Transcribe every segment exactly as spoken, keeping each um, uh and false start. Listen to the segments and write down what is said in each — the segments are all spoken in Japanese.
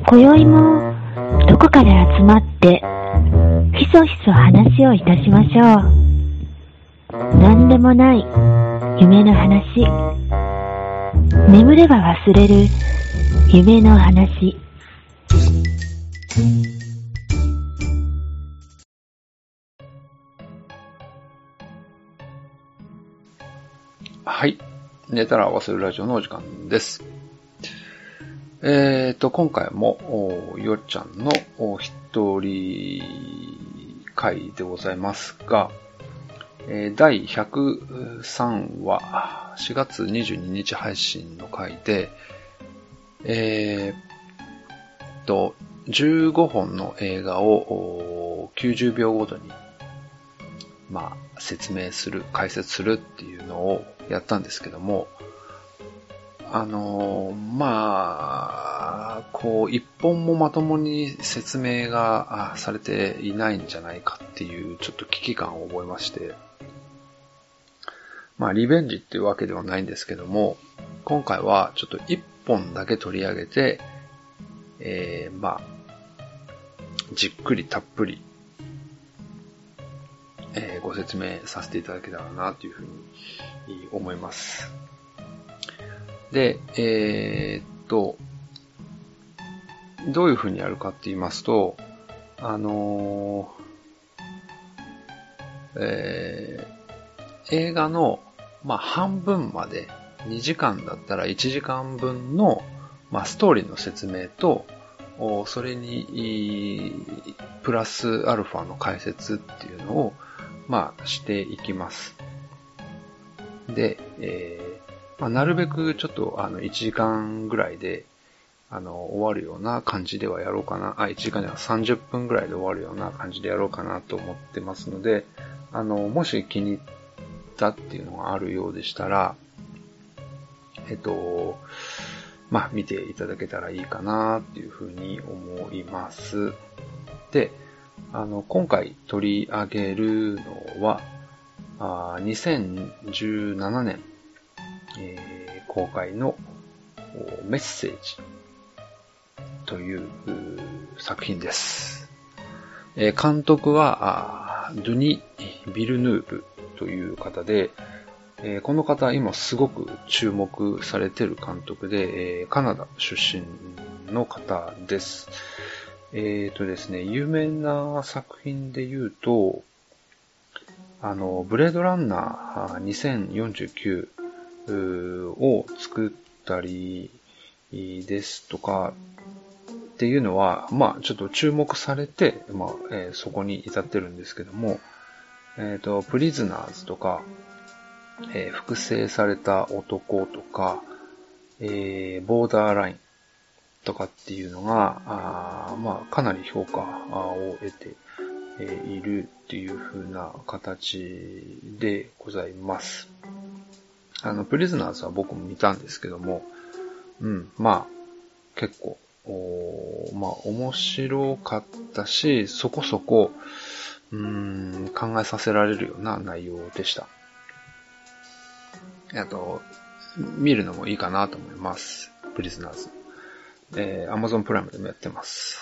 今宵もどこかで集まってひそひそ話をいたしましょう。何でもない夢の話、眠れば忘れる夢の話。 はい。寝たら忘れるラジオのお時間です。えーと、今回も、よっちゃんの一人会でございますが、えー、だいひゃくさんわ、しがつにじゅうににち配信の回で、えーと、じゅうごほんの映画をきゅうじゅうびょうごとに、まあ、説明する、解説するっていうのをやったんですけども、あのー、まあ、こう、一本もまともに説明がされていないんじゃないかっていうちょっと危機感を覚えまして、まあ、リベンジっていうわけではないんですけども、今回はちょっと一本だけ取り上げて、えー、まあ、じっくりたっぷり、えー、ご説明させていただけたらなというふうに思います。で、えー、っと、どういう風にやるかって言いますと、あのー、えー、映画の、まあ、半分まで、にじかんだったらいちじかんぶんの、まあ、ストーリーの説明と、それに、プラスアルファの解説っていうのを、まあ、していきます。で、えーまあ、なるべくちょっとあのいちじかんぐらいであの終わるような感じではやろうかな。あ、いちじかんではさんじゅっぷんぐらいで終わるような感じでやろうかなと思ってますので、あの、もし気に入ったっていうのがあるようでしたら、えっと、まあ、見ていただけたらいいかなっていうふうに思います。で、あの、今回取り上げるのは、あにせんじゅうななねん、えー、公開のメッセージという作品です。えー、監督はドゥニ・ビルヌーブという方で、えー、この方今すごく注目されている監督で、えー、カナダ出身の方です。えーとですね、有名な作品で言うと、あの、ブレードランナーにせんよんじゅうきゅうを作ったりですとかっていうのは、まあちょっと注目されて、まあ、えー、そこに至ってるんですけども、えっと、プリズナーズとか、えー、複製された男とか、えー、ボーダーラインとかっていうのが、あまあかなり評価を得ているっていう風な形でございます。あの、プリズナーズは僕も見たんですけども、うん、まあ、結構、おまあ、面白かったし、そこそこ、うーん、考えさせられるような内容でした。あと、見るのもいいかなと思います。プリズナーズ。えー、Amazon プライムでもやってます。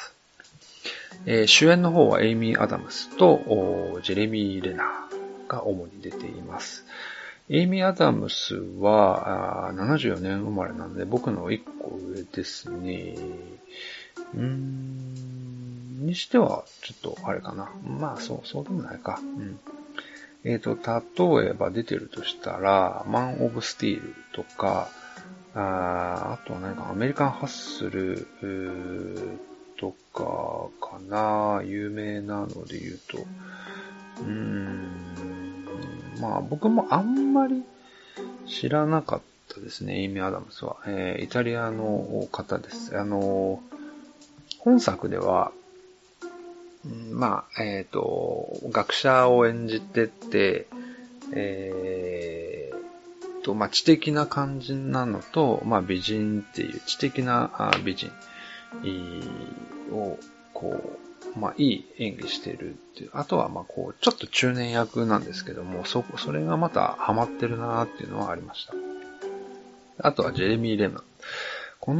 えー、主演の方はエイミー・アダムスとジェレミー・レナーが主に出ています。エイミー・アダムスはななじゅうよねん生まれなので僕のいっこ上ですね。うーん、にしてはちょっとあれかな。まあそう、そうでもないか。うん。えっと、例えば出てるとしたら、マン・オブ・スティールとか、あ, あとは何かアメリカン・ハッスルとかかな、有名なので言うと。うーん、まあ僕もあんまり知らなかったですね、エイミー・アダムスは。えー、イタリアの方です。あの、本作では、まあ、えっと、学者を演じてて、えー、と、まあ、知的な感じなのと、まあ、美人っていう、知的な美人を、こう、まあ、いい演技してるっていう。あとは、まあ、こう、ちょっと中年役なんですけども、そ、それがまたハマってるなーっていうのはありました。あとは、ジェレミー・レナン。この人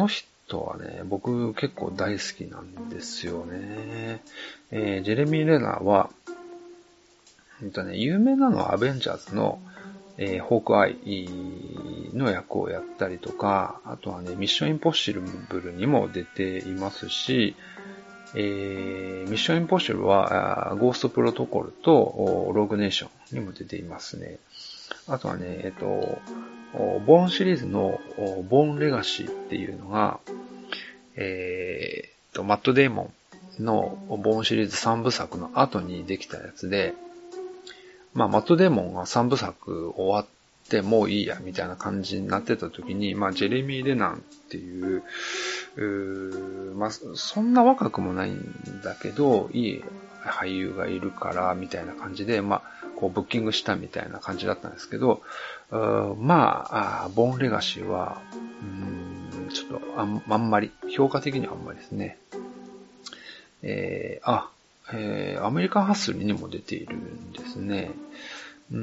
人はね、僕結構大好きなんですよね。えー、ジェレミー・レナーは、えっとね、有名なのはアベンジャーズの、えー、ホークアイの役をやったりとか、あとはね、ミッションインポッシブルにも出ていますし、えー、ミッションインポッシブルは、ゴーストプロトコルとローグネーションにも出ていますね。あとはね、えっと、ボーンシリーズのボーンレガシーっていうのが、えー、と、マット・デーモンのボーンシリーズさんぶさくの後にできたやつで、まあ、マット・デーモンがさんぶさく終わってもういいやみたいな感じになってた時に、まあ、ジェレミー・レナンっていう、うーまあ、そんな若くもないんだけど、いい俳優がいるから、みたいな感じで、まあ、こう、ブッキングしたみたいな感じだったんですけど、まあ、ボーンレガシーは、うーん、ちょっとあん、あんまり、評価的にはあんまりですね。えー、あ、えー、アメリカンハッスルにも出ているんですね。うん、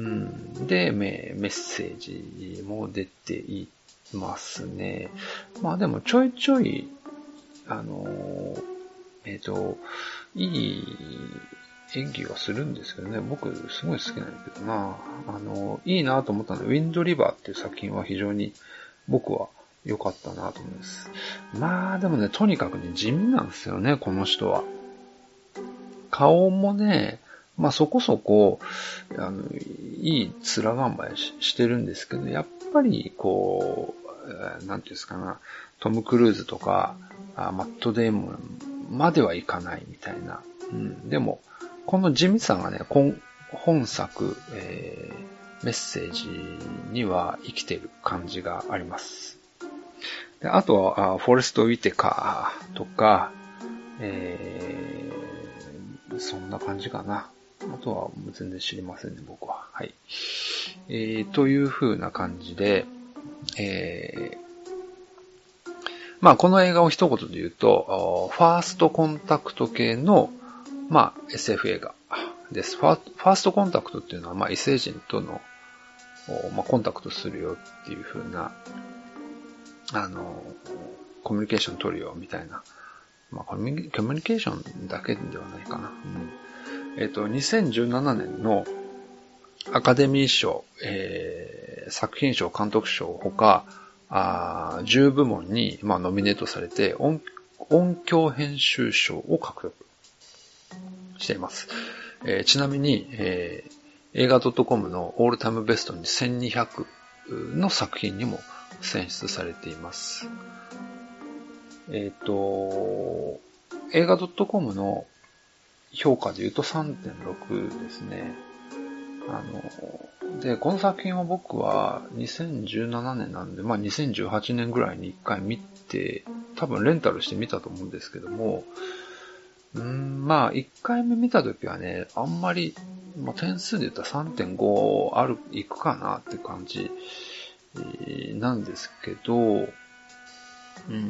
で、メッセージも出ていますね。まあでもちょいちょい、あのー、えっと、いい演技はするんですけどね。僕すごい好きなんだけどな。あの、いいなと思ったのは、ウィンドリバーっていう作品は非常に僕は良かったなと思います。まあでもね、とにかくね、地味なんですよね、この人は。顔もね、まあそこそこ、あの、いい面構え し, してるんですけど、やっぱりこう、なんていうんですかな、トム・クルーズとか、マット・デーモンまではいかないみたいな。うん、でも、この地味さがね、本作、えー、メッセージには生きてる感じがあります。であとは、フォレスト・ウィテカーとか、えー、そんな感じかな。あとは全然知りませんね、僕は。はい。えー、という風な感じで、えー、まあこの映画を一言で言うと、ファーストコンタクト系の、まあ エスエフ 映画です。ファーストコンタクトっていうのは、まあ異星人との、まあ、コンタクトするよっていう風な、あの、コミュニケーション取るよみたいな。まあコミュニ、コミュニケーションだけではないかな。うん、えっと、にせんじゅうななねんのアカデミー賞、えー、作品賞、監督賞ほか、あじゅうぶもんに、まあ、ノミネートされて音、音響編集賞を獲得しています。えー、ちなみに、えー、映画 .com のオールタイムベストにせんにひゃくの作品にも選出されています。えっと、映画 .com の評価で言うと さんてんろく ですね。あの、で、この作品は僕はにせんじゅうななねんなんで、まあにせんじゅうはちねんぐらいに一回見て、多分レンタルして見たと思うんですけども、うーん、まあ一回目見たときはね、あんまり、まあ、点数で言ったら さんてんご ある、いくかなって感じなんですけど、うん、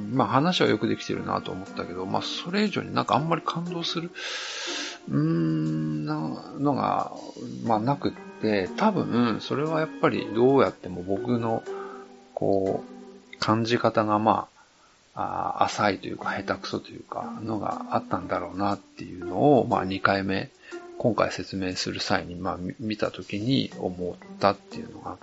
まあ話はよくできてるなと思ったけど、まあそれ以上になんかあんまり感動する、うーん、なのが、まあなくって、多分、それはやっぱりどうやっても僕の、こう、感じ方がまあ、あ浅いというか、下手くそというか、のがあったんだろうなっていうのを、まあにかいめ、今回説明する際に、まあ見たときに思ったっていうのがあって、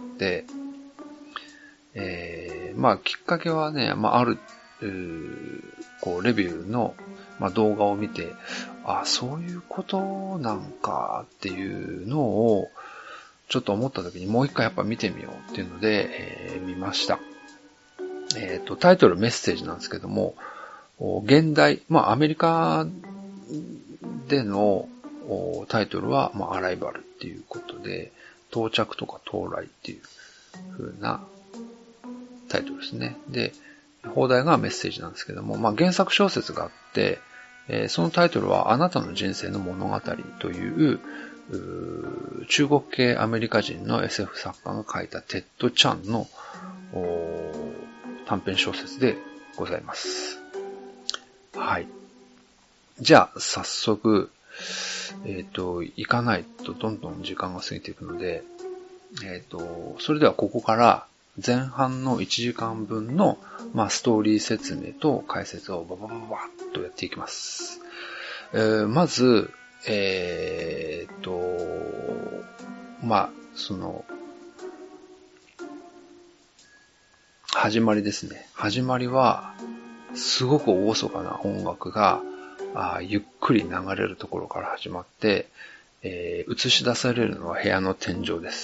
えー、まあきっかけはね、まあある、こう、レビューの、まあ、動画を見て、あ、そういうことなんかっていうのをちょっと思った時にもう一回やっぱ見てみようっていうので、えー、見ました。えっと、タイトルメッセージなんですけども、現代、まあアメリカでのタイトルは、まあ、アライバルっていうことで、到着とか到来っていう風なタイトルですね。で、放題がメッセージなんですけども、まあ、原作小説があって、えー、そのタイトルはあなたの人生の物語という、う中国系アメリカ人の エスエフ 作家が書いたテッド・チャンの短編小説でございます。はい。じゃあ、早速、えっと、行かないとどんどん時間が過ぎていくので、えっと、それではここから前半のいちじかんぶんの、まあ、ストーリー説明と解説をバババババッとやっていきます。えー、まず、えーっと、まあ、その、始まりですね。始まりは、すごく厳かな音楽が、あゆっくり流れるところから始まって、えー、映し出されるのは部屋の天井です。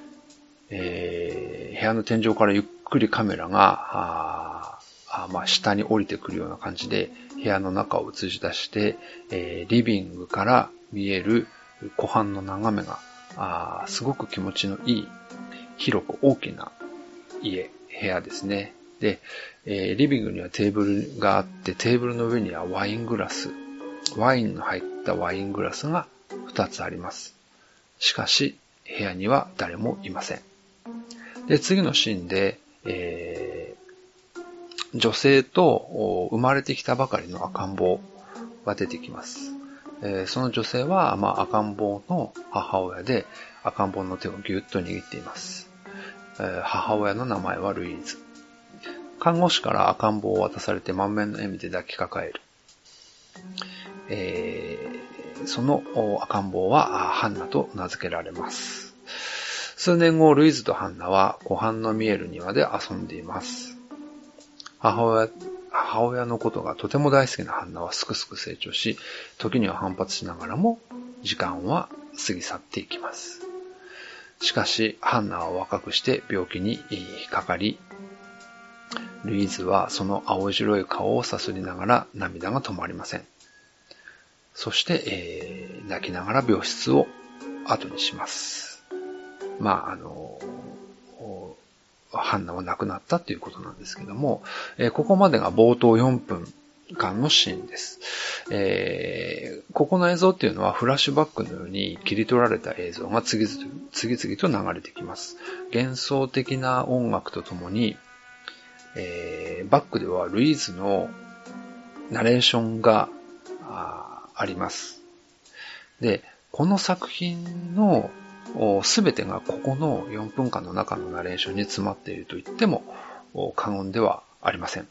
えー、部屋の天井からゆっくりカメラが、ああまあ、下に降りてくるような感じで、部屋の中を映し出して、えー、リビングから見える湖畔の眺めが、あすごく気持ちのいい、広く大きな家、部屋ですね。で、えー、リビングにはテーブルがあって、テーブルの上にはワイングラス、ワインの入ったワイングラスがふたつあります。しかし、部屋には誰もいません。で、次のシーンで、えー、女性と生まれてきたばかりの赤ん坊が出てきます。えー、その女性は、まあ、赤ん坊の母親で、赤ん坊の手をぎゅっと握っています。えー、母親の名前はルイーズ。看護師から赤ん坊を渡されて満面の笑みで抱きかかえる。えー、その赤ん坊はハンナと名付けられます。数年後、ルイーズとハンナは湖畔の見える庭で遊んでいます。母親、母親のことがとても大好きなハンナはすくすく成長し、時には反発しながらも時間は過ぎ去っていきます。しかし、ハンナは若くして病気にかかり、ルイーズはその青白い顔をさすりながら涙が止まりません。そして、えー、泣きながら病室を後にします。まあ、あの、ハンナは亡くなったということなんですけども、えー、ここまでが冒頭よんぷんかんのシーンです。えー、ここの映像っていうのはフラッシュバックのように切り取られた映像が次々、次々と流れてきます。幻想的な音楽とともに、えー、バックではルイーズのナレーションが あ, あります。で、この作品のすべてがここのよんぷんかんの中のナレーションに詰まっていると言っても過言ではありません。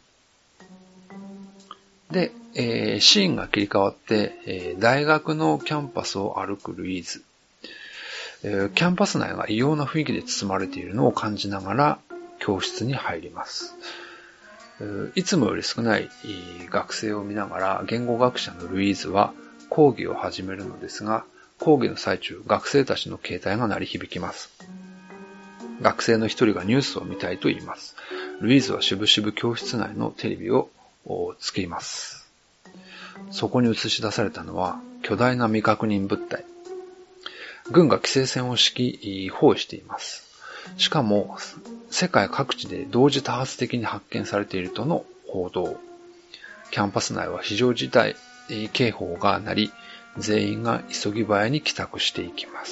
で、えー、シーンが切り替わって、えー、大学のキャンパスを歩くルイーズ、えー。キャンパス内が異様な雰囲気で包まれているのを感じながら教室に入ります。いつもより少ない学生を見ながら言語学者のルイーズは講義を始めるのですが、講義の最中、学生たちの携帯が鳴り響きます。学生の一人がニュースを見たいと言います。ルイーズはしぶしぶ教室内のテレビをつけます。そこに映し出されたのは巨大な未確認物体。軍が規制線を敷き包囲しています。しかも世界各地で同時多発的に発見されているとの報道。キャンパス内は非常事態警報が鳴り、全員が急ぎ早に帰宅していきます。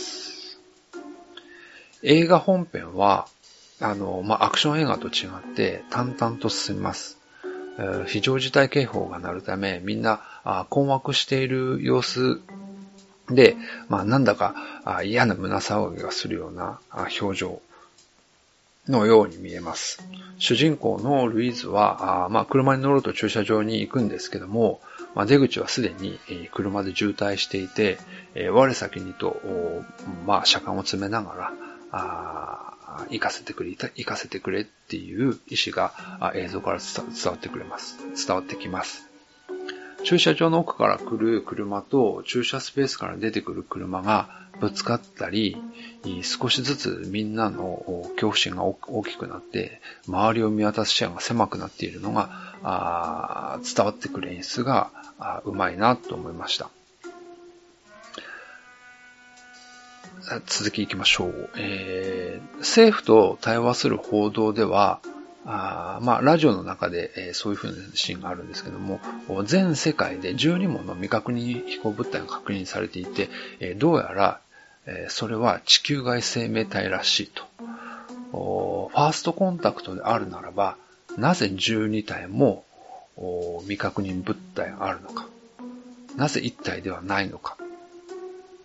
映画本編はあの、まあ、アクション映画と違って淡々と進みます。非常事態警報が鳴るため、みんな困惑している様子で、まあ、なんだか嫌な胸騒ぎがするような表情のように見えます。主人公のルイーズは、まあ、車に乗ろうと駐車場に行くんですけども、まあ、出口はすでに車で渋滞していて、我先にと、まあ、車間を詰めながら、あ行かせてくれ、行かせてくれっていう意思が映像から伝わってくれます。伝わってきます。駐車場の奥から来る車と駐車スペースから出てくる車がぶつかったり、少しずつみんなの恐怖心が大きくなって、周りを見渡す視野が狭くなっているのが伝わってくる演出がうまいなと思いました。続き行きましょう。えー、政府と対話する報道では、あまあ、ラジオの中で、えー、そういう風なシーンがあるんですけども、全世界でじゅうにもんの未確認飛行物体が確認されていて、えー、どうやら、えー、それは地球外生命体らしいと。ファーストコンタクトであるならば、なぜじゅうにたいも未確認物体があるのか。なぜいったいではないのか。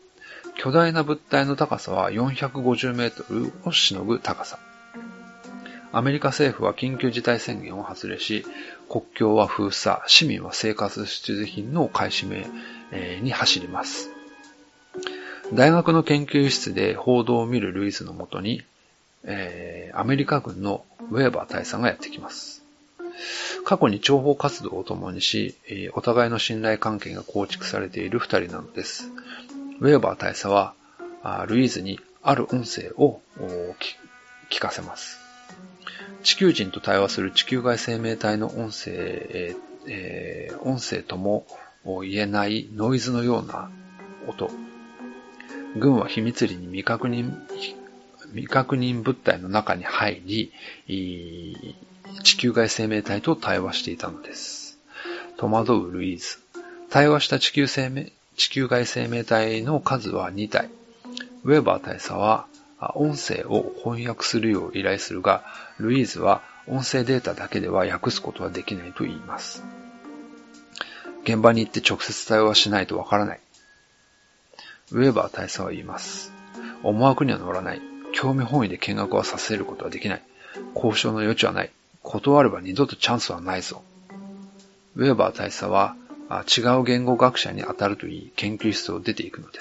巨大な物体の高さはよんひゃくごじゅうメートルをしのぐ高さ。 アメリカ政府は緊急事態宣言を発令し、国境は封鎖、市民は生活必需品の買い占めに走ります。大学の研究室で報道を見るルイーズのもとに、えー、アメリカ軍のウェーバー大佐がやってきます。過去に諜報活動を共にし、お互いの信頼関係が構築されている二人なのです。ウェーバー大佐は、ルイーズにある音声を聞かせます。地球人と対話する地球外生命体の音声、えーえー、音声とも言えないノイズのような音。軍は秘密裏に未確認、未確認物体の中に入り、地球外生命体と対話していたのです。戸惑うルイーズ。対話した地球生命、地球外生命体の数はに体。ウェーバー大佐は音声を翻訳するよう依頼するが、ルイーズは音声データだけでは訳すことはできないと言います。現場に行って直接対話しないとわからない。ウェーバー大佐は言います。思惑には乗らない。興味本位で見学はさせることはできない。交渉の余地はない。断れば二度とチャンスはないぞ。ウェーバー大佐は違う言語学者に当たると言い、研究室を出ていくのです。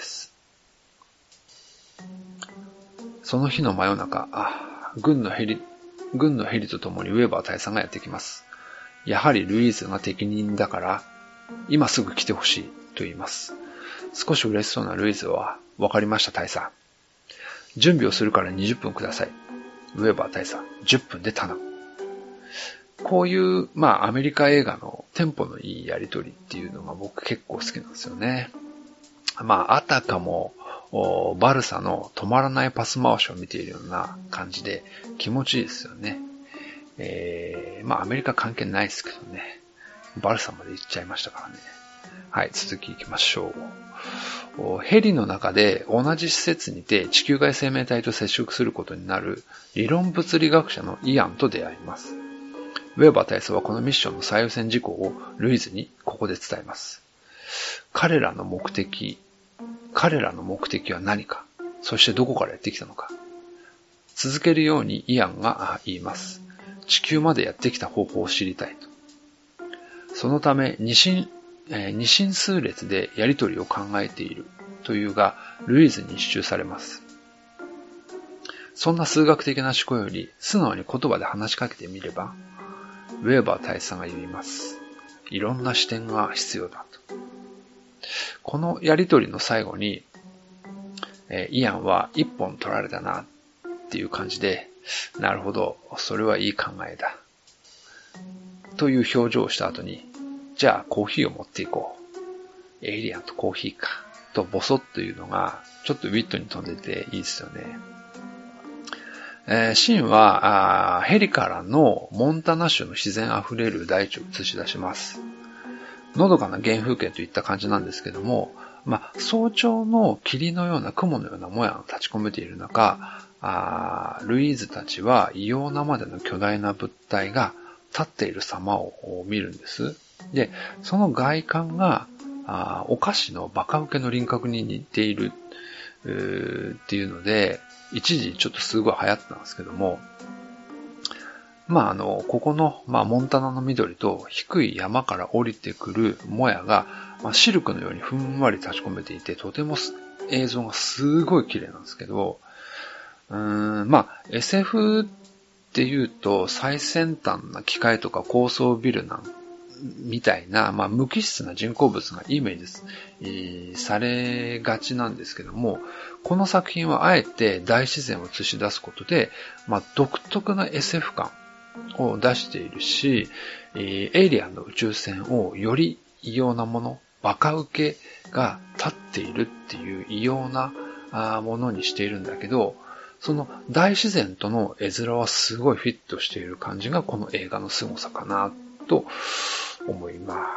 その日の真夜中、あ軍のヘリ、軍のヘリと共にウェーバー大佐がやってきます。やはりルイーズが適任だから、今すぐ来てほしいと言います。少し嬉しそうなルイーズは、わかりました大佐。準備をするからにじゅっぷんください。ウェーバー大佐、じゅっぷんで頼む。こういう、まあアメリカ映画のテンポのいいやりとりっていうのが僕結構好きなんですよね。まああたかも、バルサの止まらないパス回しを見ているような感じで気持ちいいですよね。えー、まあアメリカ関係ないですけどね。バルサまで行っちゃいましたからね。はい、続き行きましょう。ヘリの中で同じ施設にて地球外生命体と接触することになる理論物理学者のイアンと出会います。ウェーバー大佐はこのミッションの最優先事項をルイーズにここで伝えます。彼らの目的、彼らの目的は何か、そしてどこからやってきたのか。続けるようにイアンが言います。地球までやってきた方法を知りたいと。そのため二進、えー、二進数列でやりとりを考えているというが、ルイーズに一周されます。そんな数学的な思考より素直に言葉で話しかけてみれば、ウェーバー大佐が言います。いろんな視点が必要だと。このやりとりの最後に、えー、イアンは一本取られたなっていう感じで、なるほど、それはいい考えだ。という表情をした後に、じゃあコーヒーを持っていこう。エイリアンとコーヒーか。とボソッというのが、ちょっとウィットに飛んでていいですよね。えー、シーンはヘリからのモンタナ州の自然あふれる大地を映し出します。のどかな原風景といった感じなんですけども、まあ、早朝の霧のような雲のようなもやが立ち込めている中、あルイーズたちは異様なまでの巨大な物体が立っている様を見るんです。で、その外観があお菓子のバカウケの輪郭に似ているっていうので、一時ちょっとすごい流行ったんですけども、まああの、ここの、まあモンタナの緑と低い山から降りてくるもやが、まあ、シルクのようにふんわり立ち込めていて、とても映像がすごい綺麗なんですけど、うーん、まあ エスエフ っていうと最先端な機械とか高層ビルなんみたいな、まあ無機質な人工物がイメージ、えー、されがちなんですけども、この作品はあえて大自然を映し出すことで、まあ独特な エスエフ 感を出しているし、えー、エイリアンの宇宙船をより異様なもの、バカウケが立っているっていう異様なものにしているんだけど、その大自然との絵面はすごいフィットしている感じがこの映画の凄さかなと思います。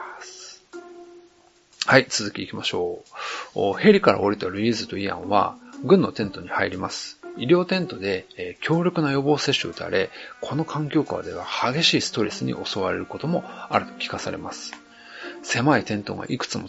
はい、続き行きましょう。ヘリから降りたルイーズとイアンは軍のテントに入ります。医療テントで、えー、強力な予防接種を打たれ、この環境下では激しいストレスに襲われることもあると聞かされます。狭いテントがいくつも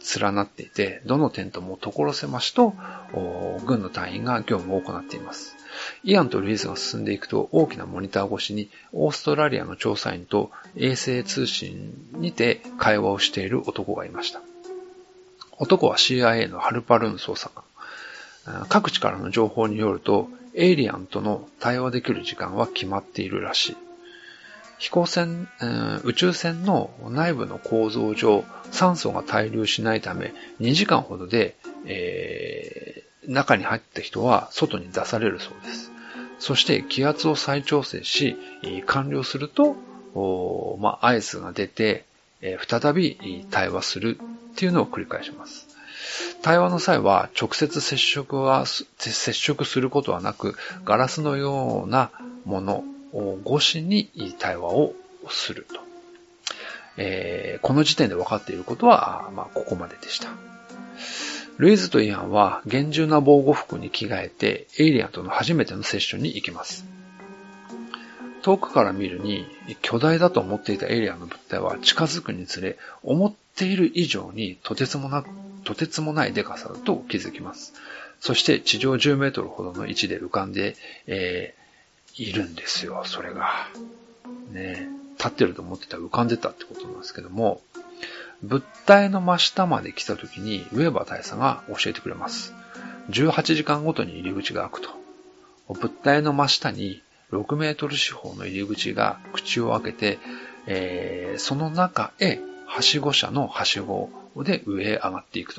連なっていて、どのテントも所狭しと軍の隊員が業務を行っています。イアンとルイーズが進んでいくと、大きなモニター越しにオーストラリアの調査員と衛星通信にて会話をしている男がいました。男は シーアイエー のハルパルーン捜査官。各地からの情報によると、エイリアンとの対話できる時間は決まっているらしい。飛行船、宇宙船の内部の構造上、酸素が滞留しないため、にじかんほどで、えー、中に入った人は外に出されるそうです。そして気圧を再調整し、完了すると、まあ、合図が出て、再び対話するっていうのを繰り返します。対話の際は直接接触は、接触することはなく、ガラスのようなもの越しに対話をすると。えー、この時点で分かっていることは、まあ、ここまででした。ルイズとイアンは厳重な防護服に着替えてエイリアンとの初めてのセッションに行きます。遠くから見るに巨大だと思っていたエイリアンの物体は近づくにつれ、思っている以上にとてつもなく、とてつもないデカさだと気づきます。そして地上じゅうメートルほどの位置で浮かんで、えー、いるんですよ、それが。ね、立ってると思ってたら浮かんでたってことなんですけども、物体の真下まで来た時にウェーバー大佐が教えてくれます。じゅうはちじかんごとに入り口が開くと。物体の真下にろくメートル四方の入り口が口を開けて、えー、その中へはしご車のはしごで上へ上がっていくと。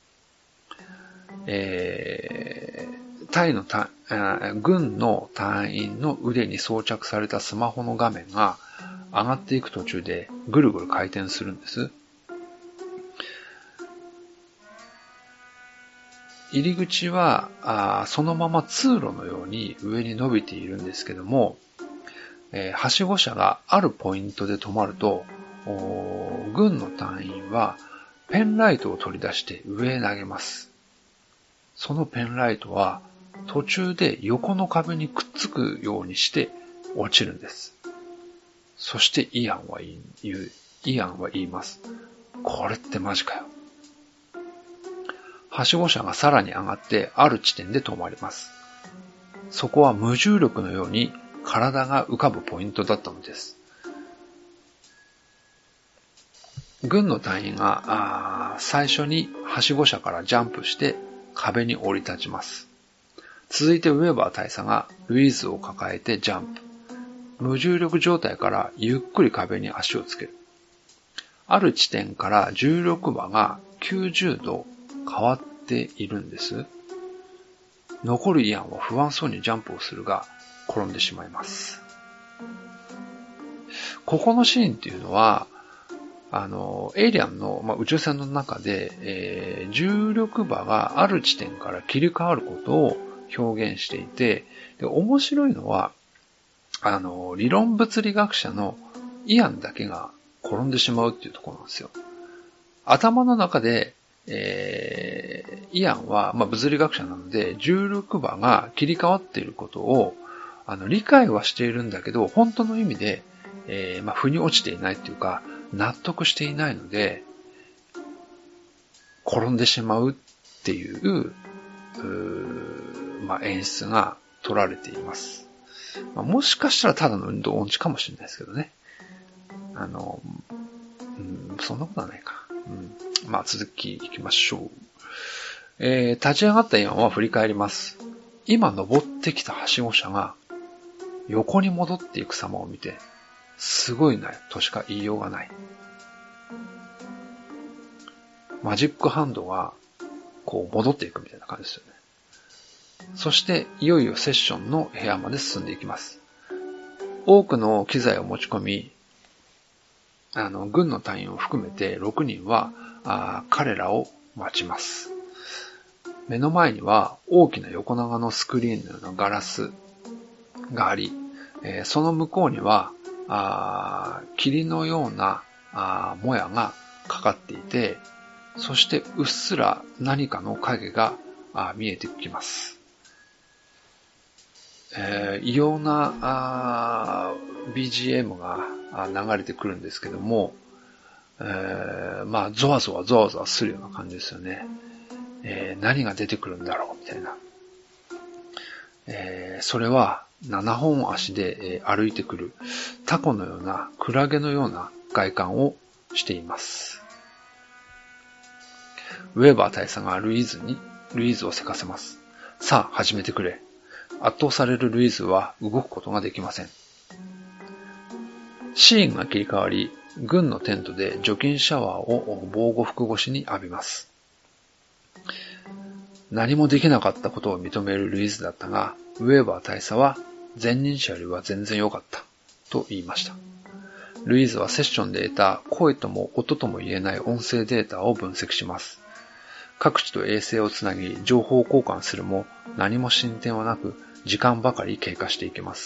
えー、タイのた軍の隊員の腕に装着されたスマホの画面が上がっていく途中でぐるぐる回転するんです。入り口はあそのまま通路のように上に伸びているんですけども、えー、はしご車があるポイントで止まると、軍の隊員はペンライトを取り出して上へ投げます。そのペンライトは途中で横の壁にくっつくようにして落ちるんです。そしてイアンは言う、イアンは言います。これってマジかよ。はしご車がさらに上がってある地点で止まります。そこは無重力のように体が浮かぶポイントだったのです。軍の隊員が最初にはしご車からジャンプして壁に降り立ちます。続いてウェーバー大佐がルイーズを抱えてジャンプ。無重力状態からゆっくり壁に足をつける。ある地点から重力場がきゅうじゅうど変わっているんです。残るイアンは不安そうにジャンプをするが転んでしまいます。ここのシーンっていうのは、あの、エイリアンの、まあ、宇宙船の中で、えー、重力場がある地点から切り替わることを表現していて、で、面白いのは、あの、理論物理学者のイアンだけが転んでしまうっていうところなんですよ。頭の中で、えー、イアンは、まあ、物理学者なので、重力場が切り替わっていることを、あの、理解はしているんだけど、本当の意味で、えー、まあ、腑に落ちていないっていうか、納得していないので、転んでしまうっていう、うーまあ、演出が取られています。まあ、もしかしたらただの運動音痴かもしれないですけどね。あの、うん、そんなことはないか。うん、まあ、続き行きましょう。えー、立ち上がったイアンは振り返ります。今登ってきたはしご車が横に戻っていく様を見て、すごいなとしか言いようがない。マジックハンドがこう戻っていくみたいな感じですよね。そしていよいよセッションの部屋まで進んでいきます。多くの機材を持ち込み、あの軍の隊員を含めてろくにんはあ彼らを待ちます。目の前には大きな横長のスクリーンのようなガラスがあり、えー、その向こうにはあ霧のようなあもやがかかっていて、そしてうっすら何かの影があ見えてきます。えー、異様な ビージーエム が流れてくるんですけども、 えー、まあ、ゾワゾワゾワゾワするような感じですよね。えー、何が出てくるんだろうみたいな。えー、それはななほん足で、えー、歩いてくるタコのようなクラゲのような外観をしています。ウェーバー大佐がルイーズにルイーズをせかせます。さあ、始めてくれ。圧倒されるルイーズは動くことができません。シーンが切り替わり、軍のテントで除菌シャワーを防護服越しに浴びます。何もできなかったことを認めるルイーズだったが、ウェーバー大佐は前任者よりは全然良かったと言いました。ルイーズはセッションで得た声とも音とも言えない音声データを分析します。各地と衛星をつなぎ情報交換するも何も進展はなく、時間ばかり経過していきます。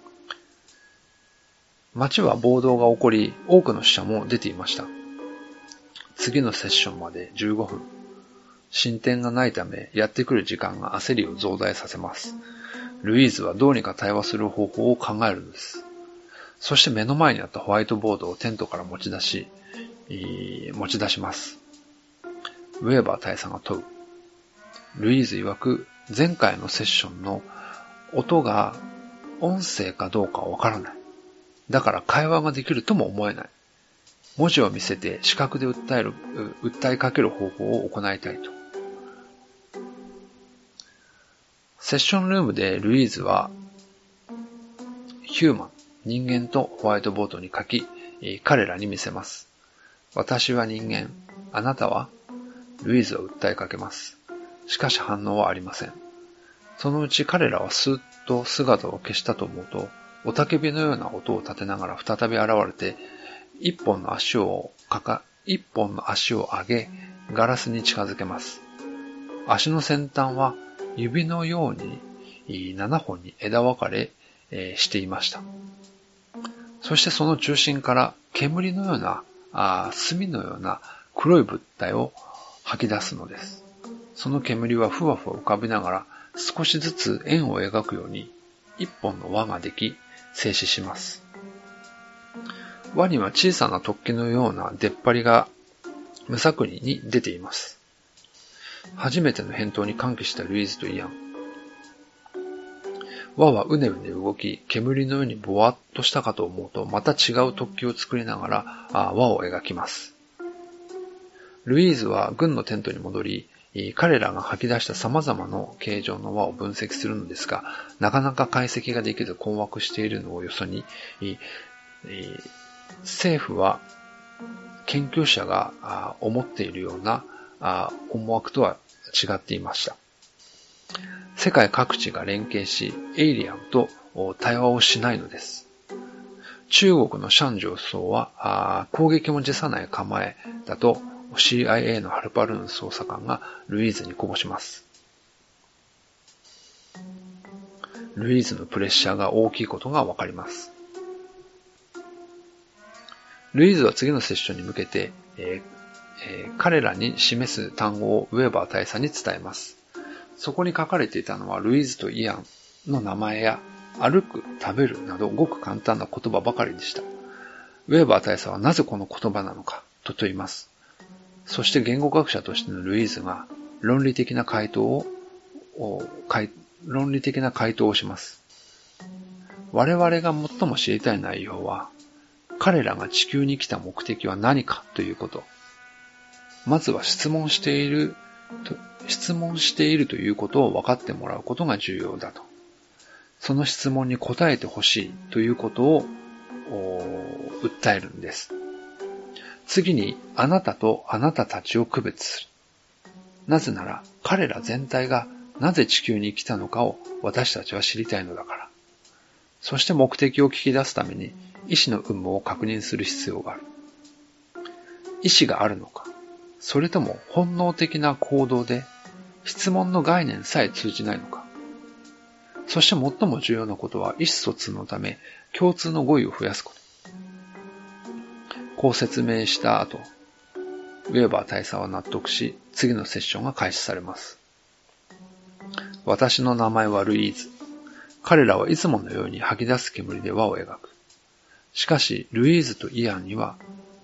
街は暴動が起こり、多くの死者も出ていました。次のセッションまでじゅうごふん。進展がないため、やってくる時間が焦りを増大させます。ルイーズはどうにか対話する方法を考えるのです。そして目の前にあったホワイトボードをテントから持ち出し、持ち出します。ウェーバー大佐が問う。ルイーズ曰く、前回のセッションの音が音声かどうかわからない。だから会話ができるとも思えない。文字を見せて視覚で訴える、訴えかける方法を行いたいと。セッションルームでルイーズは、ヒューマン、人間とホワイトボードに書き、彼らに見せます。私は人間、あなたはルイーズを訴えかけます。しかし反応はありません。そのうち彼らはスーッと姿を消したと思うと、雄たけびのような音を立てながら再び現れて、一本の足をかか、一本の足を上げ、ガラスに近づけます。足の先端は指のように七本に枝分かれしていました。そしてその中心から煙のような、あ炭のような黒い物体を吐き出すのです。その煙はふわふわ浮かびながら少しずつ円を描くように一本の輪ができ静止します。輪には小さな突起のような出っ張りが無作為に出ています。初めての返答に歓喜したルイーズとイアン。輪はうねうね動き、煙のようにぼわっとしたかと思うと、また違う突起を作りながらあ輪を描きます。ルイーズは軍のテントに戻り、彼らが吐き出した様々な形状の輪を分析するのですが、なかなか解析ができず困惑しているのをよそに、政府は研究者が思っているような思惑とは違っていました。世界各地が連携し、エイリアンと対話をしないのです。中国のシャン上層は攻撃も辞さない構えだと シーアイエー のハルパルーン捜査官がルイーズにこぼします。ルイーズのプレッシャーが大きいことがわかります。ルイーズは次のセッションに向けて、えーえー、彼らに示す単語をウェーバー大佐に伝えます。そこに書かれていたのはルイーズとイアンの名前や歩く、食べるなどごく簡単な言葉ばかりでした。ウェーバー大佐はなぜこの言葉なのかと問います。そして言語学者としてのルイーズが論理的な回答を、論理的な回答をします。我々が最も知りたい内容は、彼らが地球に来た目的は何かということ。まずは質問していると、質問しているということを分かってもらうことが重要だと。その質問に答えてほしいということを訴えるんです。次に、あなたとあなたたちを区別する。なぜなら、彼ら全体がなぜ地球に来たのかを私たちは知りたいのだから。そして目的を聞き出すために、意思の有無を確認する必要がある。意思があるのか、それとも本能的な行動で質問の概念さえ通じないのか。そして最も重要なことは意思疎通のため共通の語彙を増やすこと。こう説明した後、ウェーバー大佐は納得し、次のセッションが開始されます。私の名前はルイーズ。彼らはいつものように吐き出す煙で輪を描く。しかし、ルイーズとイアンには、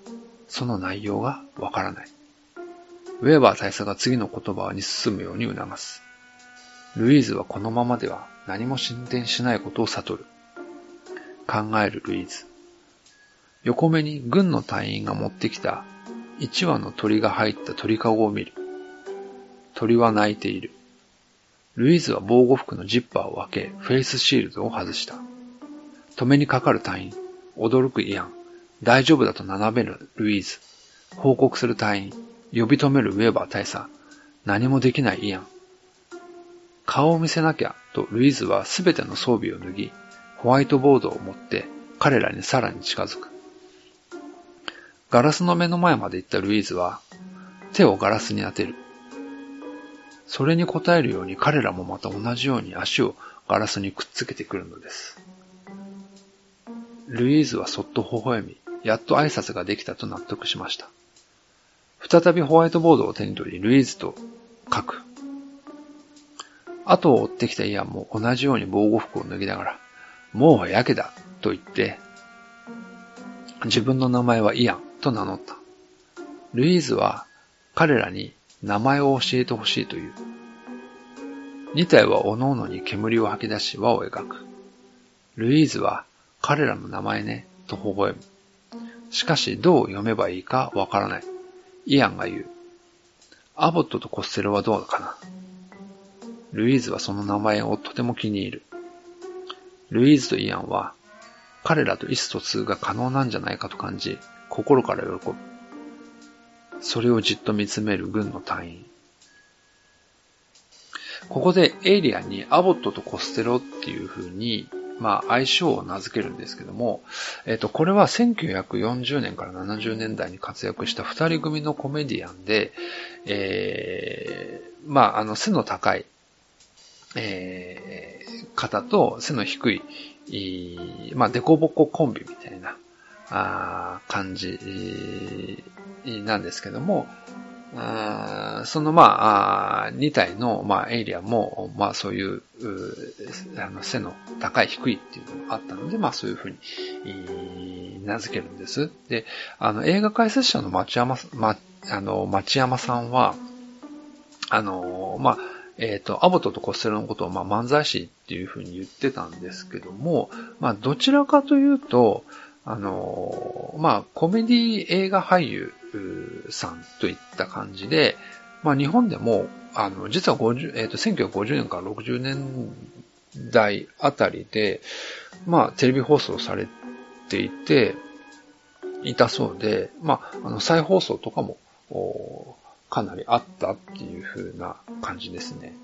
その内容がわからない。ウェーバー大佐が次の言葉に進むように促す。ルイーズはこのままでは何も進展しないことを悟る。考えるルイーズ。横目に軍の隊員が持ってきた一羽の鳥が入った鳥かごを見る。鳥は鳴いている。ルイーズは防護服のジッパーを開け、フェイスシールドを外した。止めにかかる隊員。驚くイアン。大丈夫だとななめるルイーズ。報告する隊員。呼び止めるウェーバー大佐。何もできないイアン。顔を見せなきゃとルイーズはすべての装備を脱ぎ、ホワイトボードを持って彼らにさらに近づく。ガラスの目の前まで行ったルイーズは手をガラスに当てる。それに応えるように彼らもまた同じように足をガラスにくっつけてくるのです。ルイーズはそっと微笑み、やっと挨拶ができたと納得しました。再びホワイトボードを手に取り、ルイーズと書く。後を追ってきたイアンも同じように防護服を脱ぎながら、もうやけだと言って、自分の名前はイアンと名乗った。ルイーズは彼らに名前を教えてほしいという。二体は各々に煙を吐き出し輪を描く。ルイーズは彼らの名前ねと微笑む。しかしどう読めばいいかわからない。イアンが言う。アボットとコステロはどうかな。ルイーズはその名前をとても気に入る。ルイーズとイアンは彼らと意思疎通が可能なんじゃないかと感じ、心から喜ぶ。それをじっと見つめる軍の隊員。ここでエイリアンにアボットとコステロっていう風に、まあ愛称を名付けるんですけども、えっと、これはせんきゅうひゃくよんじゅうねんからななじゅうねんだいに活躍した二人組のコメディアンで、えー、まああの背の高い、えー、方と背の低い、まあデコボココンビみたいなあ感じなんですけども、あそのまあに体のまあエイリアンもまあそういうあの背の高い低いっていうのがあったので、まあそういうふうに名付けるんです。で、あの映画解説者の町山、ま、あの町山さんはあのまあえっとアボットとコステロのことをまあ漫才師っていうふうに言ってたんですけども、まあどちらかというとあのまあコメディ映画俳優さんといった感じで、まあ日本でも、あの、実はごじゅう、えっと、せんきゅうひゃくごじゅうねんからろくじゅうねんだいあたりで、まあテレビ放送されていて、いたそうで、まあ、あの、再放送とかも、かなりあったっていう風な感じですね。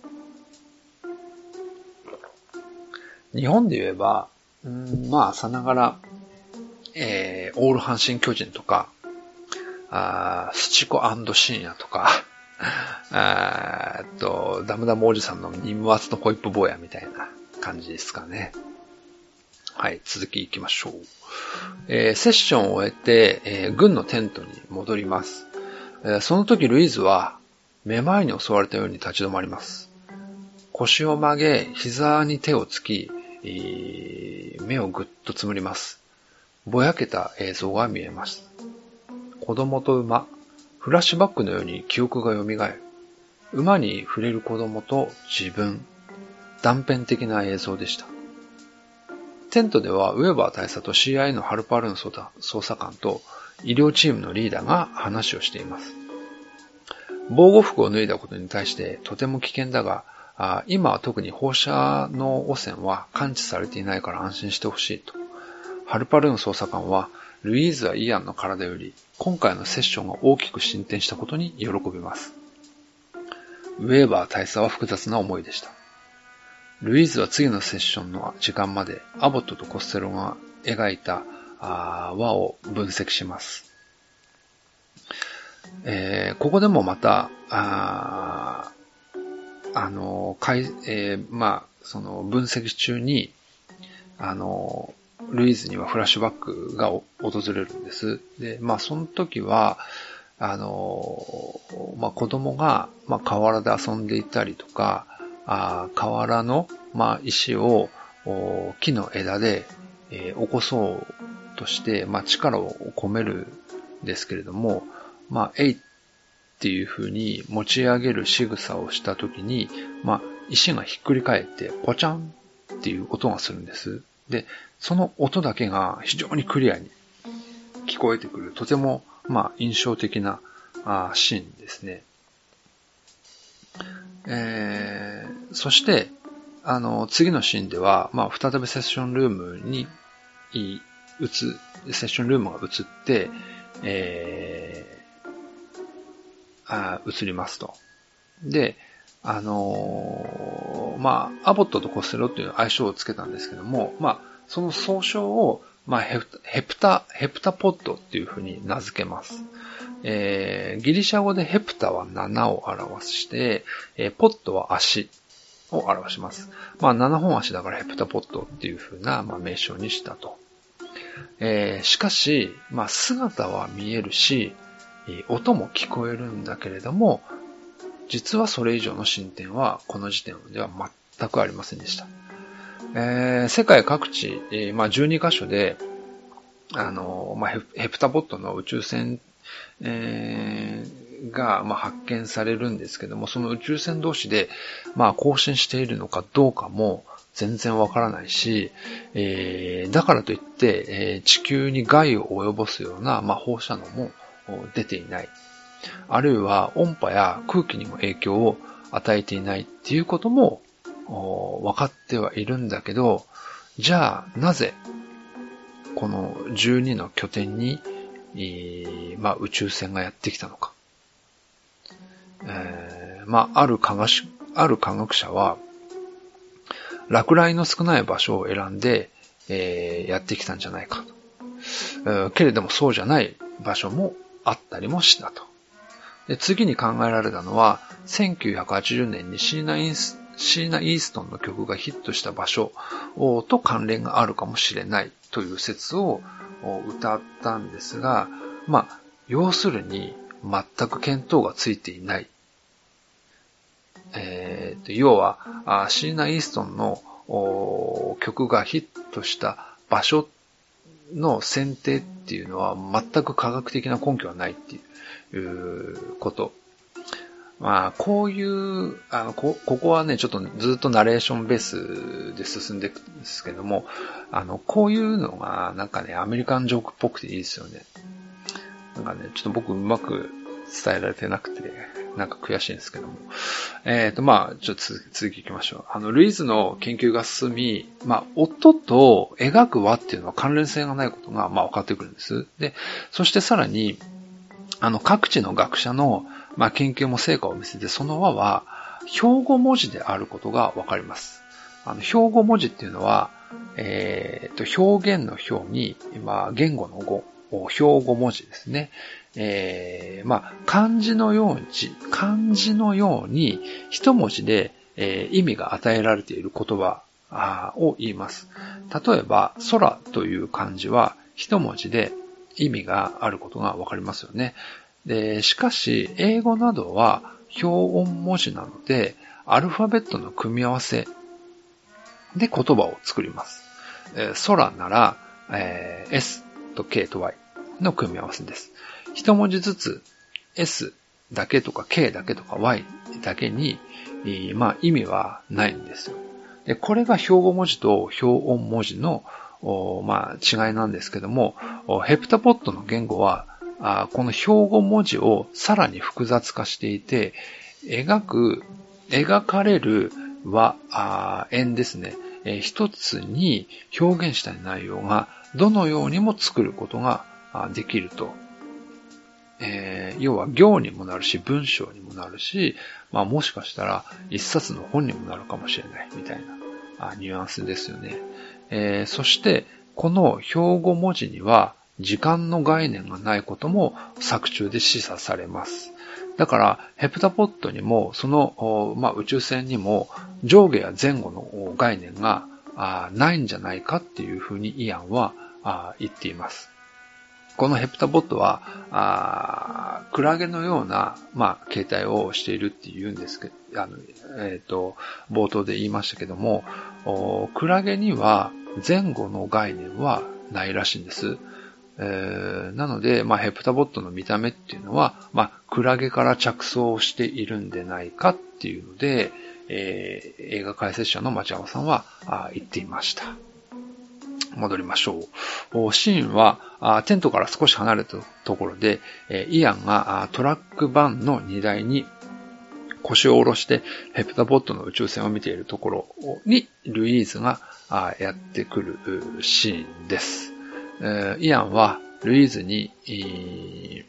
日本で言えば、うん、まあ、さながら、えー、オール阪神巨人とか、あスチコ&深夜とか、あーっと、ダムダムおじさんのニムアツのホイップ坊やみたいな感じですかね。はい、続き行きましょう。えー、セッションを終えて、えー、軍のテントに戻ります。えー、その時ルイーズは、めまいに襲われたように立ち止まります。腰を曲げ、膝に手をつき、えー、目をぐっとつむります。ぼやけた映像が見えます。子供と馬、フラッシュバックのように記憶が蘇る。馬に触れる子供と自分、断片的な映像でした。テントではウェーバー大佐と シーアイエー のハルパールーン捜査官と医療チームのリーダーが話をしています。防護服を脱いだことに対してとても危険だが、あ今は特に放射能汚染は感知されていないから安心してほしいと。ハルパルーン捜査官はルイーズやイアンの体より今回のセッションが大きく進展したことに喜びます。ウェーバー大佐は複雑な思いでした。ルイーズは次のセッションの時間までアボットとコステロが描いた輪を分析します。えー、ここでもまた、あ, あの、かいえー、まあ、その分析中に、あの、ルイーズにはフラッシュバックが訪れるんです。で、まあ、その時は、あの、まあ、子供が、まあ、河原で遊んでいたりとか、あ河原の、まあ、石を木の枝で、えー、起こそうとして、まあ、力を込めるですけれども、まあ、えいっていう風に持ち上げる仕草をしたときに、まあ、石がひっくり返ってポチャンっていう音がするんです。で、その音だけが非常にクリアに聞こえてくる、とても、まあ、印象的なあシーンですね。えー、そして、あの、次のシーンでは、まあ、再びセッションルームに、移、セッションルームが移って、えー、あ移りますと。で、あのー、まあ、アボットとコステロという愛称をつけたんですけども、まあ、その総称を、まあ、ヘプヘプタ、ヘプタポッドっていうふうに名付けます。えー、ギリシャ語でヘプタはななを表して、えー、ポッドは足を表します。まあ、ななほん足だからヘプタポッドっていうふうな、まあ、名称にしたと。えー、しかし、まあ、姿は見えるし、音も聞こえるんだけれども、実はそれ以上の進展はこの時点では全くありませんでした。えー、世界各地、えーまあ、じゅうにカ所で、あのまあ、ヘプタポッドの宇宙船、えー、が、まあ、発見されるんですけども、その宇宙船同士で、まあ、交信しているのかどうかも全然わからないし、えー、だからといって、えー、地球に害を及ぼすような、まあ、放射能も出ていない。あるいは音波や空気にも影響を与えていないっていうことも分かってはいるんだけど、じゃあなぜこのじゅうにの拠点に、えーまあ、宇宙船がやってきたのか。えー、まあ、ある科学、ある科学者は落雷の少ない場所を選んで、えー、やってきたんじゃないかと、えー。けれどもそうじゃない場所もあったりもしたと。で、次に考えられたのは、せんきゅうひゃくはちじゅうねんにシーナ・イース、シーナ・イーストンの曲がヒットした場所と関連があるかもしれないという説を歌ったんですが、まあ、要するに全く見当がついていない。えー、と要は、シーナ・イーストンの曲がヒットした場所の選定っていうのは全く科学的な根拠はないっていう。いうこと。まあ、こういう、あの、こ、ここはね、ちょっとずっとナレーションベースで進んでいくんですけども、あの、こういうのが、なんかね、アメリカンジョークっぽくていいですよね。なんかね、ちょっと僕うまく伝えられてなくて、なんか悔しいんですけども。えっと、まあ、ちょっと続き、続き行きましょう。あの、ルイズの研究が進み、まあ、音と描く輪っていうのは関連性がないことが、まあ、分かってくるんです。で、そしてさらに、あの、各地の学者の、まあ、研究も成果を見せて、その輪は、標語文字であることがわかります。あの、標語文字っていうのは、えー、と、表現の表に、まあ、言語の語、標語文字ですね。えー、まあ、漢字のように、漢字のように、一文字で、えー、意味が与えられている言葉を言います。例えば、空という漢字は、一文字で、意味があることがわかりますよね。で、しかし、英語などは表音文字なので、アルファベットの組み合わせで言葉を作ります。えー、空なら、えー、S と K と Y の組み合わせです。一文字ずつ S だけとか K だけとか Y だけに、えー、まあ意味はないんですよ。で、これが標語文字と表音文字のまあ、違いなんですけども、ヘプタポッドの言語は、この標語文字をさらに複雑化していて、描く、描かれるは、円ですね。一つに表現したい内容がどのようにも作ることができると。えー、要は行にもなるし、文章にもなるし、まあもしかしたら一冊の本にもなるかもしれないみたいなニュアンスですよね。えー、そして、この標語文字には時間の概念がないことも作中で示唆されます。だから、ヘプタポッドにも、その、まあ、宇宙船にも上下や前後の概念がないんじゃないかっていうふうにイアンは言っています。このヘプタポッドは、あクラゲのような、まあ、形態をしているって言うんですけど、あの、えっと、冒頭で言いましたけども、クラゲには前後の概念はないらしいんです。 えー、なので、まあ、ヘプタボットの見た目っていうのは、まあ、クラゲから着想しているんでないかっていうので、えー、映画解説者の町山さんはあ言っていました。戻りましょう。シーンはあテントから少し離れたところで、えー、イアンがトラックバンの荷台に腰を下ろしてヘプタボットの宇宙船を見ているところにルイーズがやってくるシーンです。えー、イアンはルイーズに、え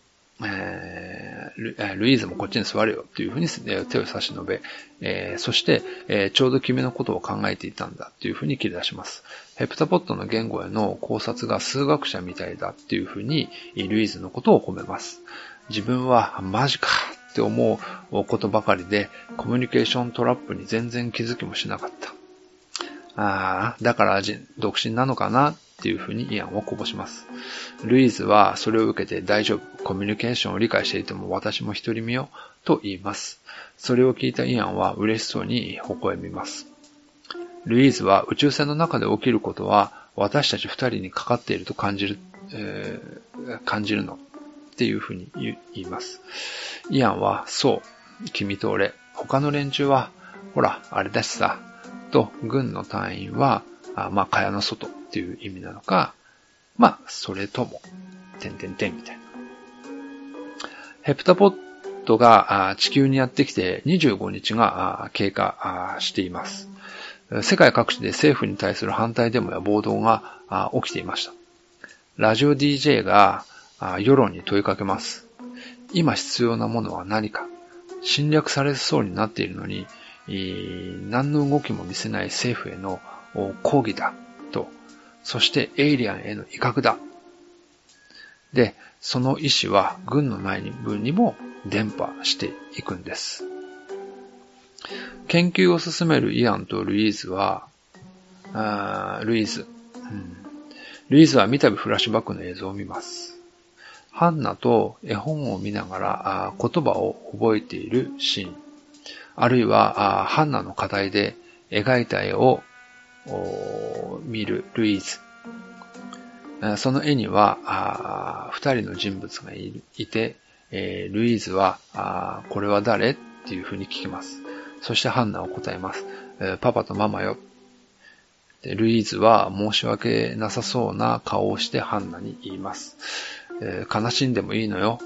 ー、ルイーズもこっちに座るよというふうに手を差し伸べ、えー、そして、えー、ちょうど君のことを考えていたんだというふうに切り出します。ヘプタボットの言語への考察が数学者みたいだというふうにルイーズのことを褒めます。自分はマジかって思うことばかりでコミュニケーショントラップに全然気づきもしなかった。ああ、だから独身なのかなっていうふうにイアンをこぼします。ルイーズはそれを受けて大丈夫、コミュニケーションを理解していても私も独り身よと言います。それを聞いたイアンは嬉しそうに微笑みます。ルイーズは宇宙船の中で起きることは私たち二人にかかっていると感じる、えー、感じるのっていうふうに言います。イアンはそう、君と俺、他の連中はほらあれだしさ、と軍の隊員はあまあ蚊帳の外っていう意味なのか、まあそれとも点々点みたいな。ヘプタボットが地球にやってきてにじゅうごにちが経過しています。世界各地で政府に対する反対デモや暴動が起きていました。ラジオ ディージェー が世論に問いかけます。今必要なものは何か。侵略されそうになっているのに、何の動きも見せない政府への抗議だと、そしてエイリアンへの威嚇だ。で、その意思は軍の内部にも伝播していくんです。研究を進めるイアンとルイーズは、あールイーズ、うん、ルイーズは三度フラッシュバックの映像を見ます。ハンナと絵本を見ながらあ言葉を覚えているシーン、あるいはあハンナの課題で描いた絵を見るルイーズ。その絵には二人の人物がいて、えー、ルイーズはあこれは誰っていうふうに聞きます。そしてハンナは答えます。えー、パパとママよ。でルイーズは申し訳なさそうな顔をしてハンナに言います。えー、悲しんでもいいのよ。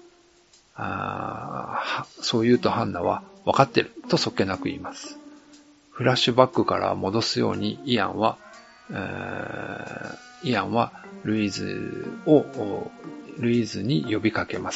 あそう言うとハンナは分かってるとそっけなく言います。フラッシュバックから戻すようにイアンは、えー、イアンはルイーズをルイーズに呼びかけます。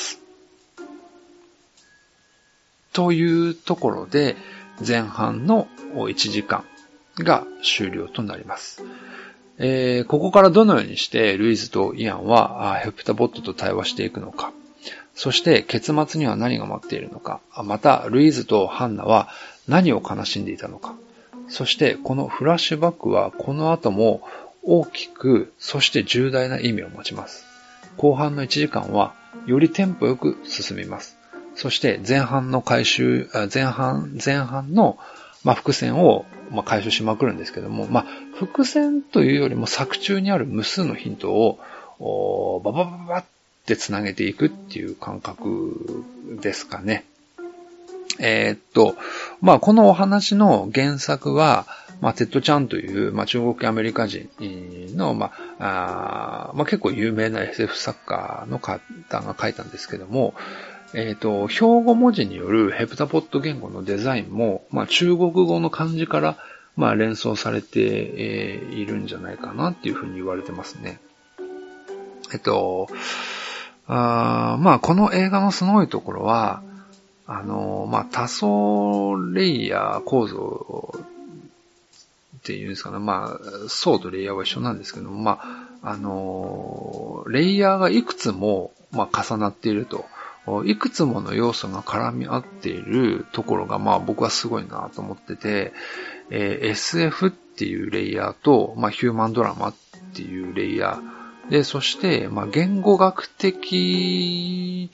というところで前半のいちじかんが終了となります。えー、ここからどのようにしてルイーズとイアンはヘプタボットと対話していくのか、そして結末には何が待っているのか、またルイーズとハンナは何を悲しんでいたのか、そしてこのフラッシュバックはこの後も大きくそして重大な意味を持ちます。後半のいちじかんはよりテンポよく進みます。そして前半の回収、前半、前半の、まあ、伏線を、まあ、回収しまくるんですけども、まあ、伏線というよりも作中にある無数のヒントを、ババババってつなげていくっていう感覚ですかね。えー、っと、まあ、このお話の原作は、まあ、テッド・チャンという、まあ、中国アメリカ人の、まあ、あまあ、結構有名な エスエフ 作家の方が書いたんですけども、えっと、標語文字によるヘプタボット言語のデザインも、まあ、中国語の漢字から、まあ、連想されて、えー、いるんじゃないかなっていうふうに言われてますね。えっと、あまあ、この映画のすごいところは、あの、まあ、多層レイヤー構造っていうんですかね。まあ、層とレイヤーは一緒なんですけども、まあ、あの、レイヤーがいくつも、まあ、重なっていると。いくつもの要素が絡み合っているところが、まあ僕はすごいなと思ってて、えー、エスエフ っていうレイヤーと、まあヒューマンドラマっていうレイヤー。で、そして、まあ言語学的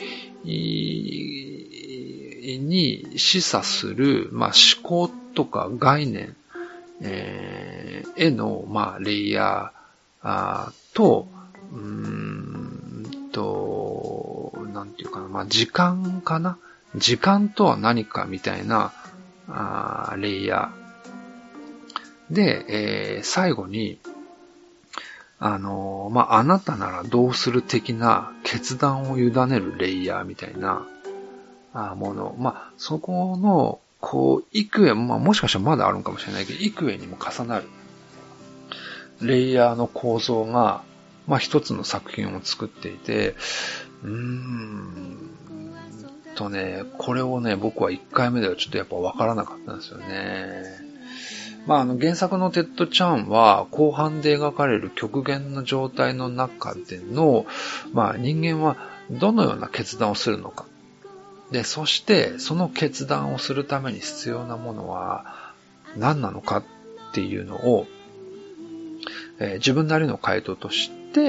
に示唆する、まあ思考とか概念、えー、への、まあレイヤーと、うーんと、なんていうかな、まあ、時間かな時間とは何かみたいな、あレイヤー。で、えー、最後に、あのー、まあ、あなたならどうする的な決断を委ねるレイヤーみたいなもの。まあ、そこの、こう、幾重、まあ、もしかしたらまだあるんかもしれないけど、幾重にも重なるレイヤーの構造が、まあ、一つの作品を作っていて、うーんとね、これをね、僕は一回目ではちょっとやっぱ分からなかったんですよね。まあ、あの原作のテッド・チャンは後半で描かれる極限の状態の中での、まあ、人間はどのような決断をするのか。で、そしてその決断をするために必要なものは何なのかっていうのを、えー、自分なりの回答として、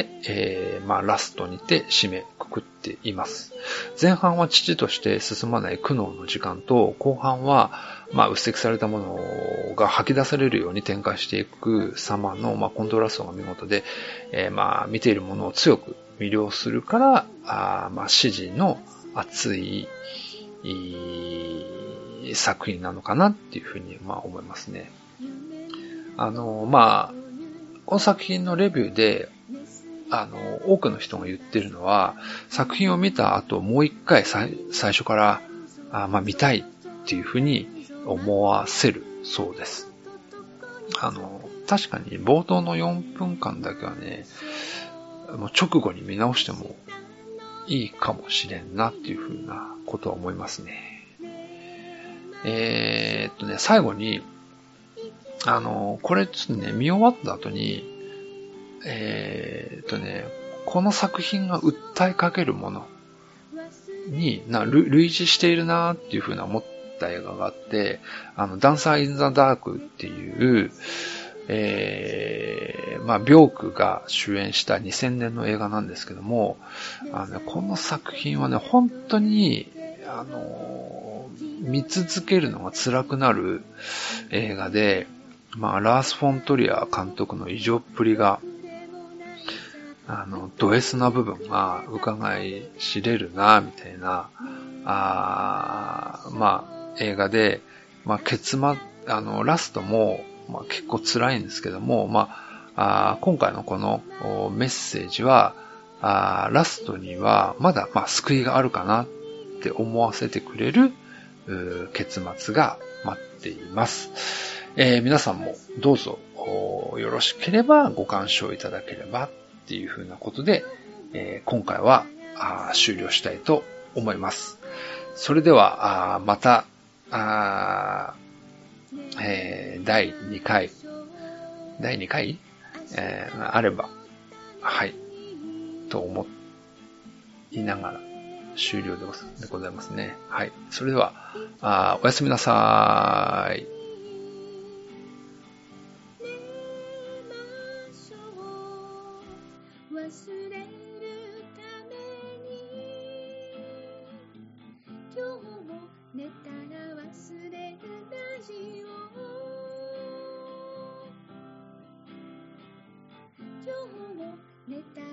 えー、まあラストにて締めくくっています。前半は父として進まない苦悩の時間と、後半はまあ、鬱積されたものが吐き出されるように展開していく様の、まあ、コントラストが見事で、えー、まあ、見ているものを強く魅了するから、あまあ、支持の熱い、いい作品なのかなっていうふうに、まあ、思いますね。あの、まあ、この作品のレビューで、あの、多くの人が言ってるのは、作品を見た後、もう一回最初から、あまあ、見たいっていうふうに思わせるそうです。あの、確かに冒頭のよんぷんかんだけはね、もう直後に見直してもいいかもしれんなっていうふうなことは思いますね。えー、っとね、最後に、あの、これちょっとね、見終わった後に、えー、っとね、この作品が訴えかけるものにな類似しているなっていうふうな思った映画があって、あの、ダンサー・イン・ザ・ダークっていう、えー、まあ、ビョークが主演したにせんねんの映画なんですけども、あのね、この作品はね、本当に、あの、見続けるのが辛くなる映画で、まあ、ラース・フォントリア監督の異常っぷりが、あの、ド S な部分が伺い知れるな、みたいな、あまあ、映画で、まあ、結末、あの、ラストも、まあ、結構辛いんですけども、まあ、あ今回のこのメッセージは、あラストにはまだ、まあ、救いがあるかなって思わせてくれる結末が待っています。えー、皆さんもどうぞよろしければご鑑賞いただければっていうふうなことで、えー、今回はあ終了したいと思います。それではあまたあえー、だいにかい、だいにかい、えー、あれば、はい、と思いながら終了でございますね。はい。それでは、あおやすみなさーい。 寝た